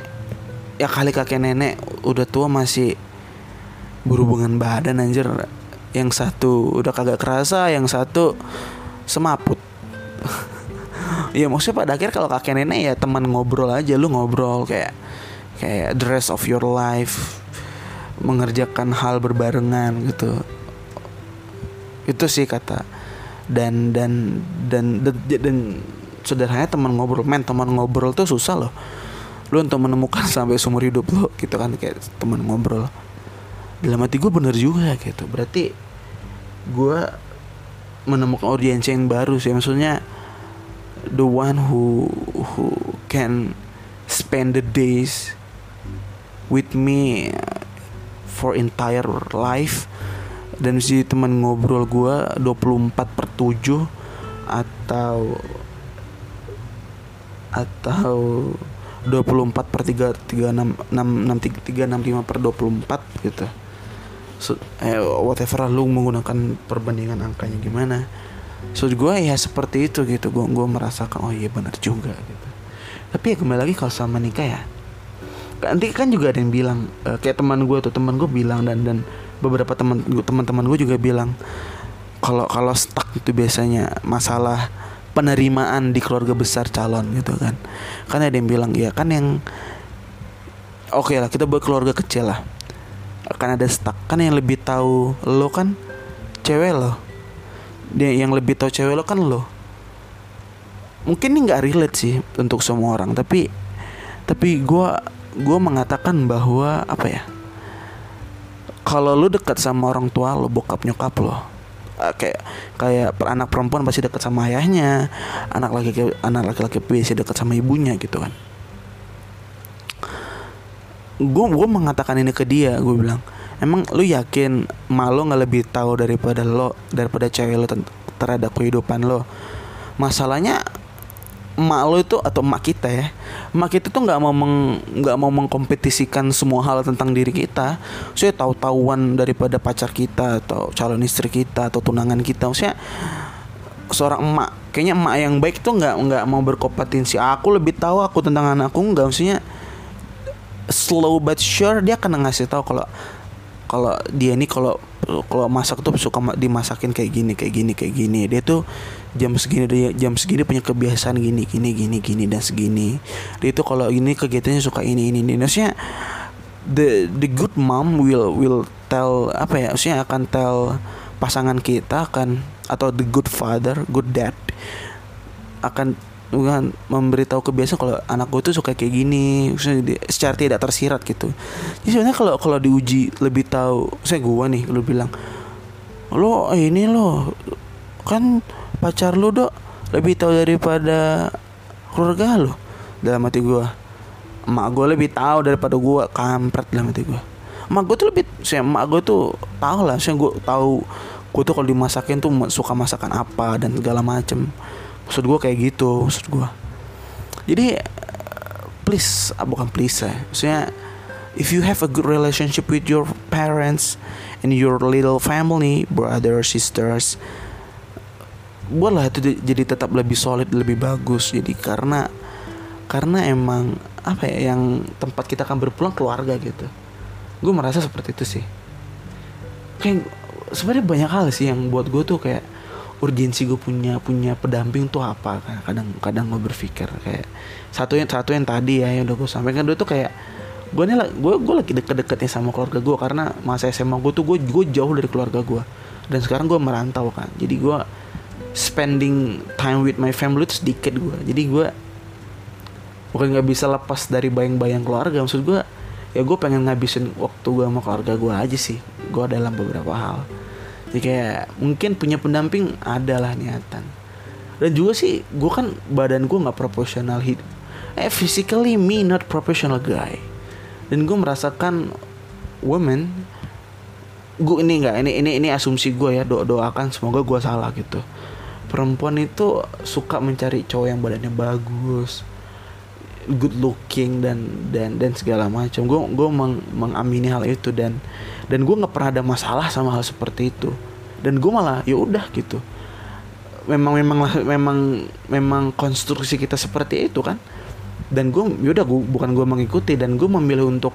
udah tua masih berhubungan badan anjir. Yang satu udah kagak kerasa, yang satu semaput. Ya maksudnya pada akhir kalau kakek nenek ya teman ngobrol aja, lu ngobrol kayak the rest of your life, mengerjakan hal berbarengan gitu. Itu sih kata. Dan sederhananya teman ngobrol tuh susah loh. Lu untuk menemukan sampai seumur hidup lo gitu kan, kayak teman ngobrol. Dalam hati gue bener juga gitu. Berarti gue menemukan audiens yang baru sih. Maksudnya the one who can spend the days with me for entire life. Dan si teman ngobrol gue 24/7 atau 24/365/24 gitu. Whatever lu menggunakan perbandingan angkanya gimana. So gue ya seperti itu gitu. Gue merasakan oh iya benar juga gitu. Tapi ya kembali lagi kalau sama nikah ya, nanti kan juga ada yang bilang kayak teman gue bilang dan beberapa teman-teman gue juga bilang kalau stuck itu biasanya masalah penerimaan di keluarga besar calon gitu kan. Kan ada yang bilang ya kan yang oke lah kita buat keluarga kecil lah, akan ada stuck. Kan yang lebih tahu lo kan cewek lo, dia yang lebih tahu cewek lo kan lo. Mungkin ini nggak relate sih untuk semua orang, tapi gue mengatakan bahwa apa ya, kalau lo dekat sama orang tua lo, bokap nyokap lo, kayak anak perempuan pasti dekat sama ayahnya, anak laki-laki pasti dekat sama ibunya gitu kan. Gue mengatakan ini ke dia, gue bilang emang lu yakin emak lo nggak lebih tahu daripada cewek lo terhadap kehidupan lo? Masalahnya emak lo itu atau emak kita tuh nggak mau mengkompetisikan semua hal tentang diri kita. Saya tahu-tahuan daripada pacar kita atau calon istri kita atau tunangan kita. Maksudnya seorang emak, kayaknya emak yang baik tuh nggak mau berkompetisi. Aku lebih tahu aku tentang anakku, nggak. Maksudnya slow but sure dia akan ngasih tahu kalau dia ini kalau masak tuh suka dimasakin kayak gini. Dia tuh jam segini punya kebiasaan gini dan segini. Dia tuh kalau ini kegiatannya suka ini. Maksudnya the good mom will tell apa ya? Maksudnya akan tell pasangan kita akan, atau the good father, good dad akan memberitahu kebiasaan kalau anak gue tuh suka kayak gini, secara tidak tersirat gitu. Jadi sebenarnya kalau diuji lebih tahu, saya gue nih lu bilang lo ini lo kan pacar lu dok lebih tahu daripada keluarga lo. Dalam hati gue, emak gue lebih tahu daripada gue, kampret dalam hati gue. Emak gue tuh emak gue tuh tahu lah, gue tahu gue tuh kalau dimasakin tuh suka masakan apa dan segala macem. Maksud gue kayak gitu, maksud gue. Jadi bukan please ya. Maksudnya if you have a good relationship with your parents and your little family, brothers, sisters, buatlah itu jadi tetap lebih solid, lebih bagus. Jadi karena emang apa ya, yang tempat kita akan berpulang keluarga gitu. Gue merasa seperti itu sih. Kayak sebenarnya banyak hal sih yang buat gue tuh kayak urgensi gue punya pendamping tuh apa. Kadang gue berpikir kayak satu yang tadi ya yang udah gue sampaikan, dulu tuh kayak gue lagi deket-deketnya sama keluarga gue, karena masa SMA gue jauh dari keluarga gue, dan sekarang gue merantau kan, jadi gue spending time with my family itu sedikit gue, jadi gue bukan nggak bisa lepas dari bayang-bayang keluarga. Maksud gue ya gue pengen ngabisin waktu gue sama keluarga gue aja sih, gue dalam beberapa hal. Jadi kayak mungkin punya pendamping adalah niatan. Dan juga sih gue kan badan gue nggak proporsional physically me not professional guy. Dan gue merasakan women, gue ini asumsi gue ya, doakan semoga gue salah gitu. Perempuan itu suka mencari cowok yang badannya bagus, good looking dan segala macam. Gue mengamini hal itu, dan gue nggak pernah ada masalah sama hal seperti itu. Dan gue malah ya udah gitu. Memang konstruksi kita seperti itu kan. Dan gue yaudah, bukan gue mengikuti, dan gue memilih untuk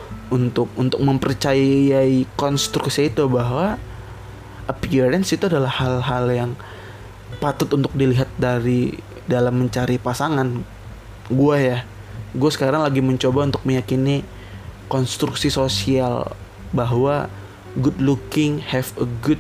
mempercayai konstruksi itu, bahwa appearance itu adalah hal-hal yang patut untuk dilihat dari dalam mencari pasangan. Gue sekarang lagi mencoba untuk meyakini konstruksi sosial bahwa good looking, have a good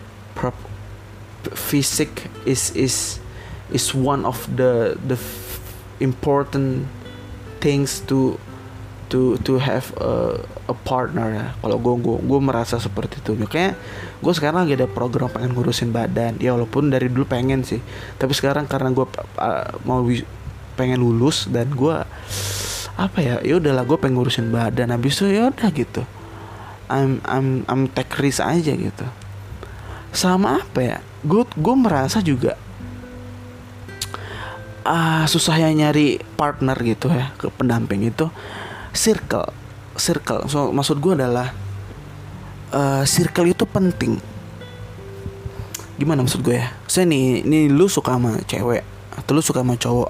physique is one of the important things to have a partner ya. Kalau gue merasa seperti itu. Makanya gue sekarang lagi ada program pengen ngurusin badan. Ya walaupun dari dulu pengen sih, tapi sekarang karena gue pengen lulus, dan gue udahlah gue pengen ngurusin badan. Habis itu ya udah gitu, I'm take risk aja gitu. Sama gue merasa juga susahnya nyari partner gitu ya, ke pendamping itu circle. So, maksud gue adalah circle itu penting. Gimana maksud gue ya? Saya nih lu suka sama cewek atau lu suka sama cowok,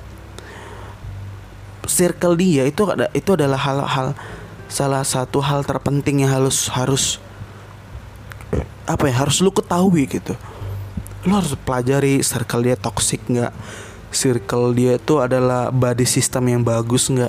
circle dia itu adalah salah satu hal terpenting yang harus lu ketahui gitu. Lu harus pelajari circle dia toxic nggak, circle dia itu adalah body system yang bagus nggak,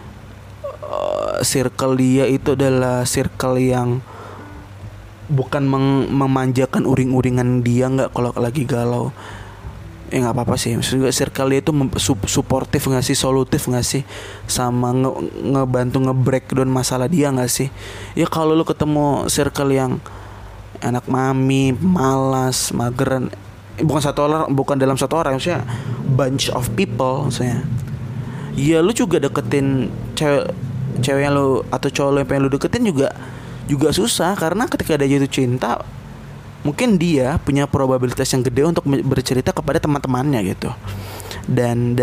circle dia itu adalah circle yang bukan memanjakan uring-uringan dia nggak kalau lagi galau. Ya nggak apa-apa sih, maksudnya circle dia itu suportif nggak sih, solutif nggak sih, sama ngebantu nge-breakdown masalah dia nggak sih. Ya kalau lu ketemu circle yang anak mami, malas, mageran, bukan dalam satu orang, maksudnya bunch of people, maksudnya ya lu juga deketin cewek yang lu atau cowok lu yang pengen lu deketin juga susah, karena ketika dia jatuh cinta mungkin dia punya probabilitas yang gede untuk bercerita kepada teman-temannya gitu. Dan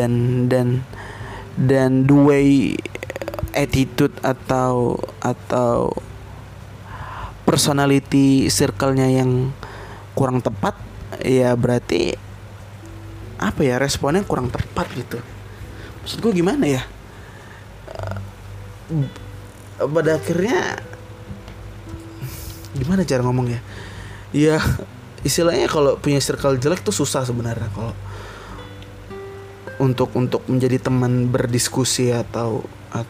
the way attitude atau personality circle-nya yang kurang tepat, ya berarti responnya kurang tepat gitu. Maksud gue gimana ya? Pada akhirnya gimana cara ngomongnya? Ya istilahnya kalau punya circle jelek tuh susah sebenarnya kalau untuk menjadi teman berdiskusi atau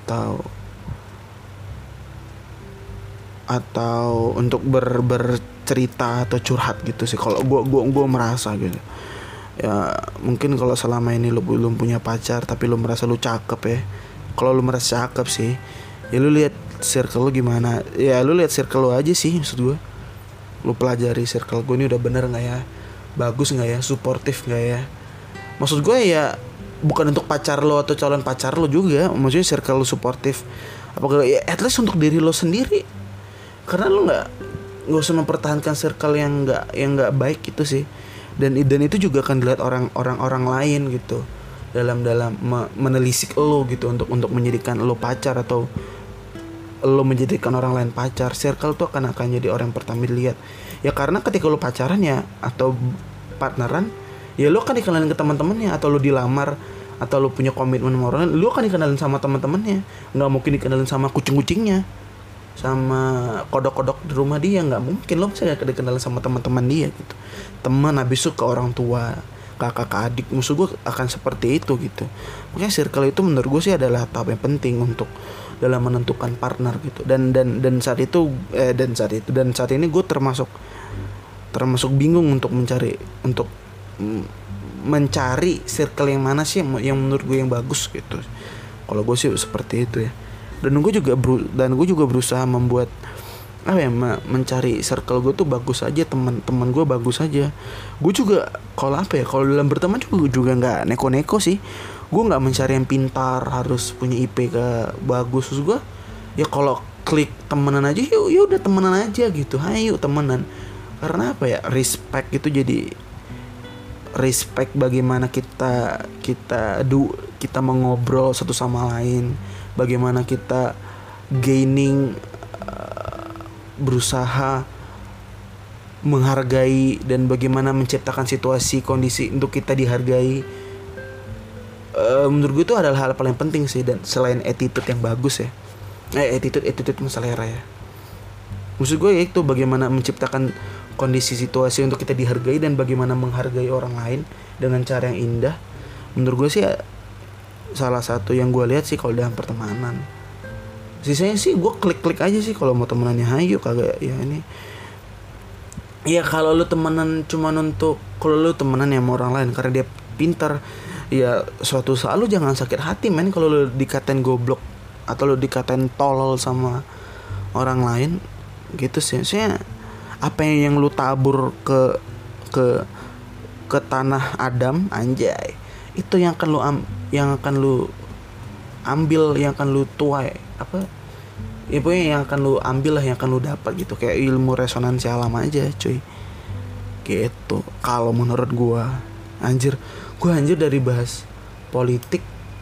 untuk bercerita atau curhat gitu sih kalau gue merasa gitu. Ya mungkin kalau selama ini lu belum punya pacar tapi lu merasa lu cakep ya. Kalau lu merasa cakep sih, ya lu lihat circle lu gimana. Ya lu lihat circle lu aja sih, maksud gue. Lu pelajari circle gue ini udah bener nggak ya, bagus nggak ya, suportif nggak ya. Maksud gue ya bukan untuk pacar lo atau calon pacar lo juga, maksudnya circle lo suportif. Apakah ya at least untuk diri lo sendiri, karena lo nggak usah mempertahankan circle yang nggak baik gitu sih. Dan itu juga akan dilihat orang lain gitu dalam menelisik lo gitu untuk menjadikan lo pacar atau lo menjadikan orang lain pacar. Circle tuh akan jadi orang yang pertama dilihat. Ya karena ketika lo pacaran ya atau partneran, ya lo akan dikenalin ke teman-temannya, atau lo dilamar atau lo punya komitmen sama orang lain, lo akan dikenalin sama teman-temannya. Nggak mungkin dikenalin sama kucing-kucingnya, sama kodok-kodok di rumah dia. Nggak mungkin, lo bisa dikenalin sama teman-teman dia gitu. Teman habis itu ke orang tua, kakak adik, maksud gue akan seperti itu gitu. Makanya circle itu menurut gue sih adalah tahap yang penting untuk dalam menentukan partner gitu. Dan saat ini gue termasuk bingung untuk mencari circle yang mana sih yang menurut gue yang bagus gitu. Kalau gue sih seperti itu ya. Dan gue juga berusaha membuat mencari circle gue tuh bagus aja, teman-teman gue bagus aja. Gue juga kalau dalam berteman juga nggak neko-neko sih. Gue nggak mencari yang pintar harus punya IPK bagus. Terus gue ya kalau klik temenan aja ya udah temenan aja gitu. Ayo temenan. Karena respect itu jadi respect bagaimana kita mengobrol satu sama lain, bagaimana kita berusaha menghargai dan bagaimana menciptakan situasi kondisi untuk kita dihargai. Menurut gue itu adalah hal paling penting sih. Dan selain attitude yang bagus ya, attitude selera ya, maksud gue itu bagaimana menciptakan kondisi situasi untuk kita dihargai dan bagaimana menghargai orang lain dengan cara yang indah. Menurut gue sih salah satu yang gue lihat sih kalau dalam pertemanan. Sisanya sih gue klik aja sih kalau mau temenannya. Hayu kagak ya ini. Ya kalau lu temenan kalau lu temenan ya sama orang lain karena dia pintar, ya suatu saat lu jangan sakit hati men kalau lu dikatain goblok atau lu dikatain tolol sama orang lain gitu sih. Maksudnya apa yang lu tabur ke tanah Adam, anjay, itu yang akan lu ambil, yang akan lu tuai ya pokoknya yang akan lu ambil lah, yang akan lu dapat gitu. Kayak ilmu resonansi alam aja cuy gitu kalau menurut gue dari bahas politik,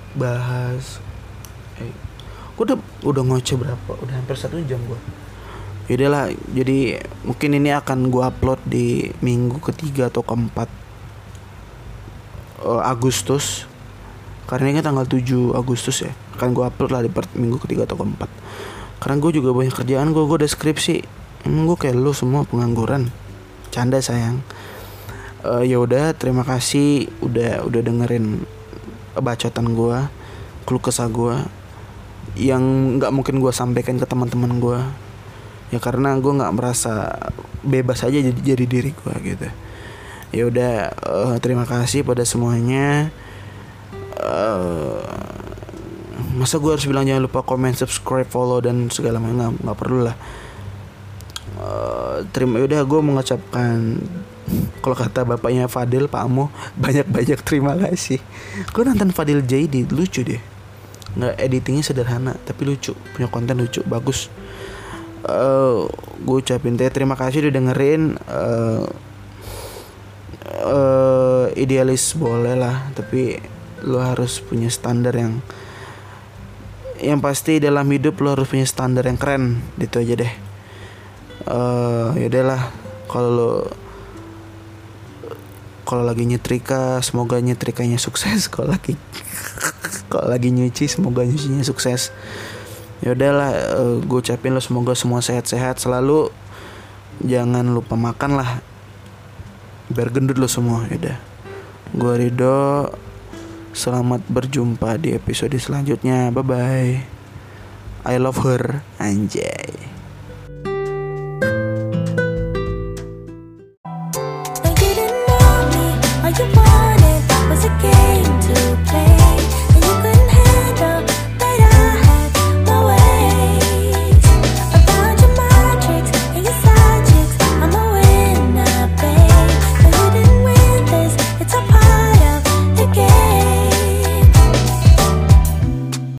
gue udah ngoceh berapa, udah hampir 1 jam gue. Yaudahlah, jadi mungkin ini akan gue upload di minggu ketiga atau keempat Agustus. Karena ini tanggal 7 Agustus ya. Akan gue upload lah di minggu ketiga atau keempat. Karena gue juga banyak kerjaan, gue udah skripsi. Emang gue kayak lu semua pengangguran. Canda sayang. Ya udah, terima kasih udah dengerin bacotan gue, keluh kesah gue yang nggak mungkin gue sampaikan ke teman-teman gue. Ya karena gue nggak merasa bebas aja jadi diri gue gitu. Ya udah, terima kasih pada semuanya. Masa gue harus bilang jangan lupa komen, subscribe, follow dan segala macam, nggak perlu lah. Udah, gue mengucapkan kalau kata bapaknya Fadil, Pak Amo, banyak terima kasih. Gue nonton Fadil Jaidi, lucu deh. Nggak, editingnya sederhana tapi lucu, punya konten lucu, bagus. Gue ucapin terima kasih udah dengerin. Idealis boleh lah, tapi lo harus punya standar yang pasti dalam hidup. Lo harus punya standar yang keren, gitu aja deh. Yaudahlah, kalau lagi nyetrika, semoga nyetrikanya sukses. Kalau lagi nyuci, semoga nyucinya sukses. Ya udahlah, gue ucapin lo semoga semua sehat-sehat selalu. Jangan lupa makan lah, biar gendut lo semua. Yaudah, gue Ridho. Selamat berjumpa di episode selanjutnya. Bye bye. I love her, anjay.